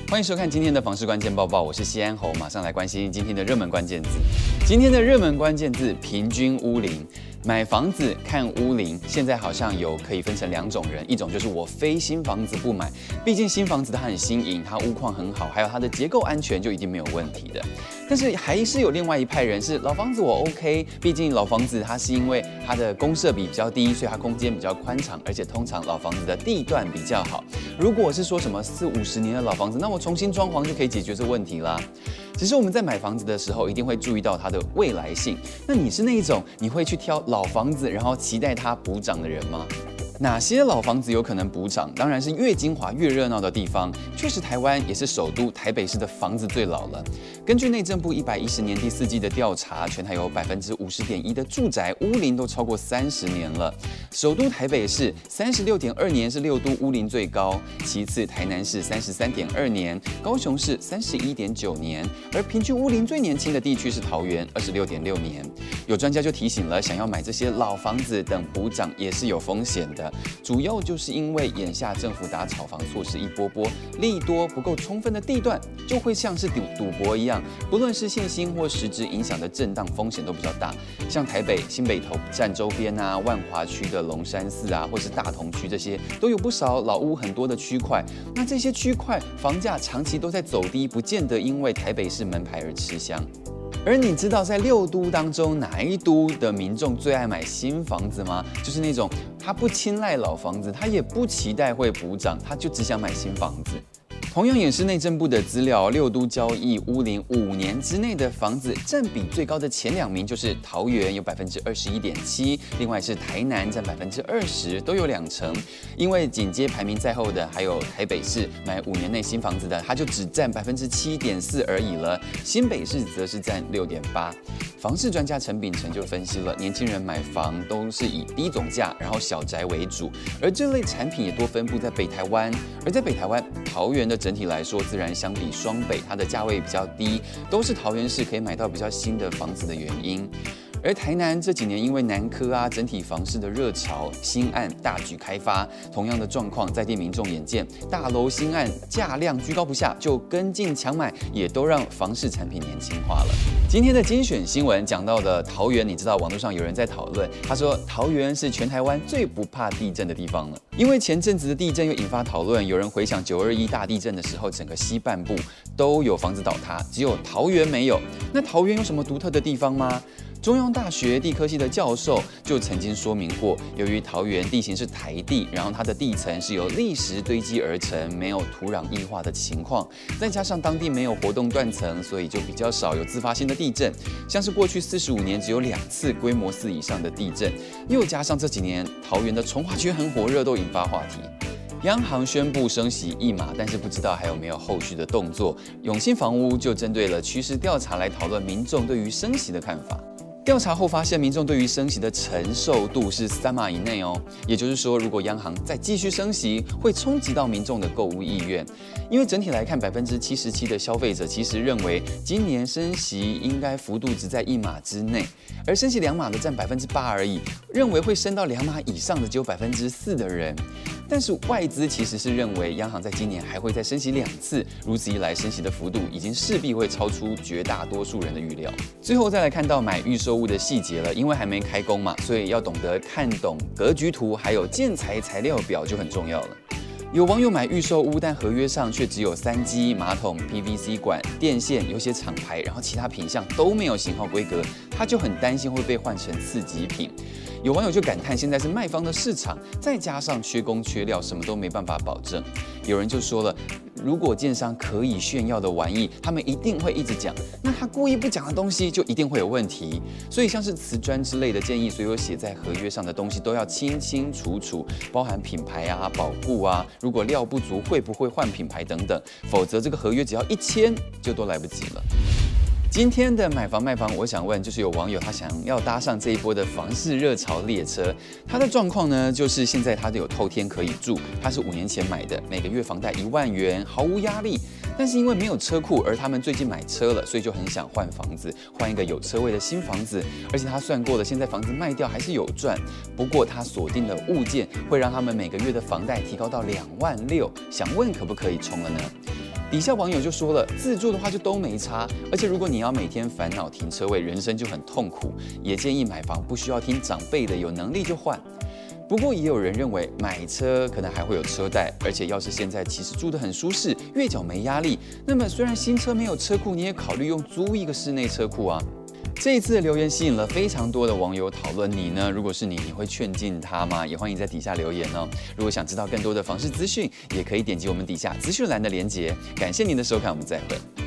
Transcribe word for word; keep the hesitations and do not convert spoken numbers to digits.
欢迎收看今天的房市关键报报，我是西安侯，马上来关心今天的热门关键字。今天的热门关键字：平均屋龄。买房子看屋龄，现在好像有可以分成两种人，一种就是我非新房子不买，毕竟新房子它很新颖，它屋况很好，还有它的结构安全就一定没有问题的。但是还是有另外一派人是老房子我 OK， 毕竟老房子它是因为它的公设比比较低，所以它空间比较宽敞，而且通常老房子的地段比较好。如果是说什么四五十年的老房子，那我重新装潢就可以解决这问题啦。只是我们在买房子的时候，一定会注意到它的未来性。那你是那一种你会去挑老房子，然后期待它补涨的人吗？哪些老房子有可能补涨？当然是越精华越热闹的地方。确实，台湾也是首都台北市的房子最老了。根据内政部一百一十年第四季的调查，全台有百分之五十点一的住宅屋龄都超过三十年了。首都台北市三十六点二年是六都屋龄最高，其次台南市三十三点二年，高雄市三十一点九年，而平均屋龄最年轻的地区是桃园二十六点六年。有专家就提醒了，想要买这些老房子等补涨也是有风险的。主要就是因为眼下政府打炒房措施一波波，利多不够充分的地段，就会像是赌赌博一样，不论是信心或实质影响的震荡风险都比较大。像台北新北投站周边啊，万华区的龙山寺啊，或是大同区这些，都有不少老屋很多的区块。那这些区块房价长期都在走低，不见得因为台北市门牌而吃香。而你知道在六都当中哪一都的民众最爱买新房子吗？就是那种他不青睐老房子，他也不期待会补涨，他就只想买新房子。同样也是内政部的资料，六都交易屋龄五年之内的房子占比最高的前两名就是桃园有百分之二十一点七，另外是台南占百分之二十，都有两成。因为紧接排名在后的还有台北市，买五年内新房子的，它就只占百分之七点四而已了。新北市则是占六点八。房市专家陈秉成就分析了，年轻人买房都是以低总价，然后小宅为主，而这类产品也多分布在北台湾。而在北台湾，桃园的整体来说，自然相比双北，它的价位比较低，都是桃园市可以买到比较新的房子的原因。而台南这几年因为南科啊整体房市的热潮，新案大举开发，同样的状况在地民众眼见大楼新案价量居高不下，就跟进强买，也都让房市产品年轻化了。今天的精选新闻讲到的桃园，你知道网络上有人在讨论，他说桃园是全台湾最不怕地震的地方了，因为前阵子的地震又引发讨论，有人回想九二一大地震的时候，整个西半部都有房子倒塌，只有桃园没有。那桃园有什么独特的地方吗？中央大学地科系的教授就曾经说明过，由于桃园地形是台地，然后它的地层是由砾石堆积而成，没有土壤异化的情况，再加上当地没有活动断层，所以就比较少有自发性的地震。像是过去四十五年只有两次规模四以上的地震，又加上这几年桃园的重划区很火热，都引发话题。央行宣布升息一码，但是不知道还有没有后续的动作。永庆房屋就针对了趋势调查来讨论民众对于升息的看法。调查后发现，民众对于升息的承受度是三码以内哦，也就是说，如果央行再继续升息，会冲击到民众的购物意愿。因为整体来看，百分之七十七的消费者其实认为今年升息应该幅度只在一码之内，而升息两码的占百分之八而已，认为会升到两码以上的只有百分之四的人。但是外资其实是认为央行在今年还会再升息两次，如此一来，升息的幅度已经势必会超出绝大多数人的预料。最后再来看到买预售屋的细节了，因为还没开工嘛，所以要懂得看懂格局图，还有建材材料表就很重要了。有网友买预售屋，但合约上却只有三机、马桶、P V C 管、电线，有些厂牌，然后其他品项都没有型号规格，他就很担心会被换成次级品。有网友就感叹，现在是卖方的市场，再加上缺工缺料，什么都没办法保证。有人就说了，如果建商可以炫耀的玩意，他们一定会一直讲，那他故意不讲的东西就一定会有问题。所以像是瓷砖之类的建议，所有写在合约上的东西都要清清楚楚，包含品牌啊、保固啊，如果料不足会不会换品牌等等，否则这个合约只要一签就都来不及了。今天的买房卖房，我想问，就是有网友他想要搭上这一波的房市热潮列车，他的状况呢，就是现在他有透天可以住，他是五年前买的，每个月房贷一万元，毫无压力。但是因为没有车库，而他们最近买车了，所以就很想换房子，换一个有车位的新房子。而且他算过了，现在房子卖掉还是有赚。不过他锁定的物件会让他们每个月的房贷提高到两万六，想问可不可以冲了呢？ 底下网友就说了，自住的话就都没差，而且如果你要每天烦恼停车位，人生就很痛苦。也建议买房不需要听长辈的，有能力就换。不过也有人认为买车可能还会有车贷，而且要是现在其实住得很舒适，月缴没压力，那么虽然新车没有车库，你也考虑用租一个室内车库啊。这一次的留言吸引了非常多的网友讨论，你呢？如果是你，你会劝进他吗？也欢迎在底下留言哦。如果想知道更多的房市资讯，也可以点击我们底下资讯栏的连结。感谢您的收看，我们再会。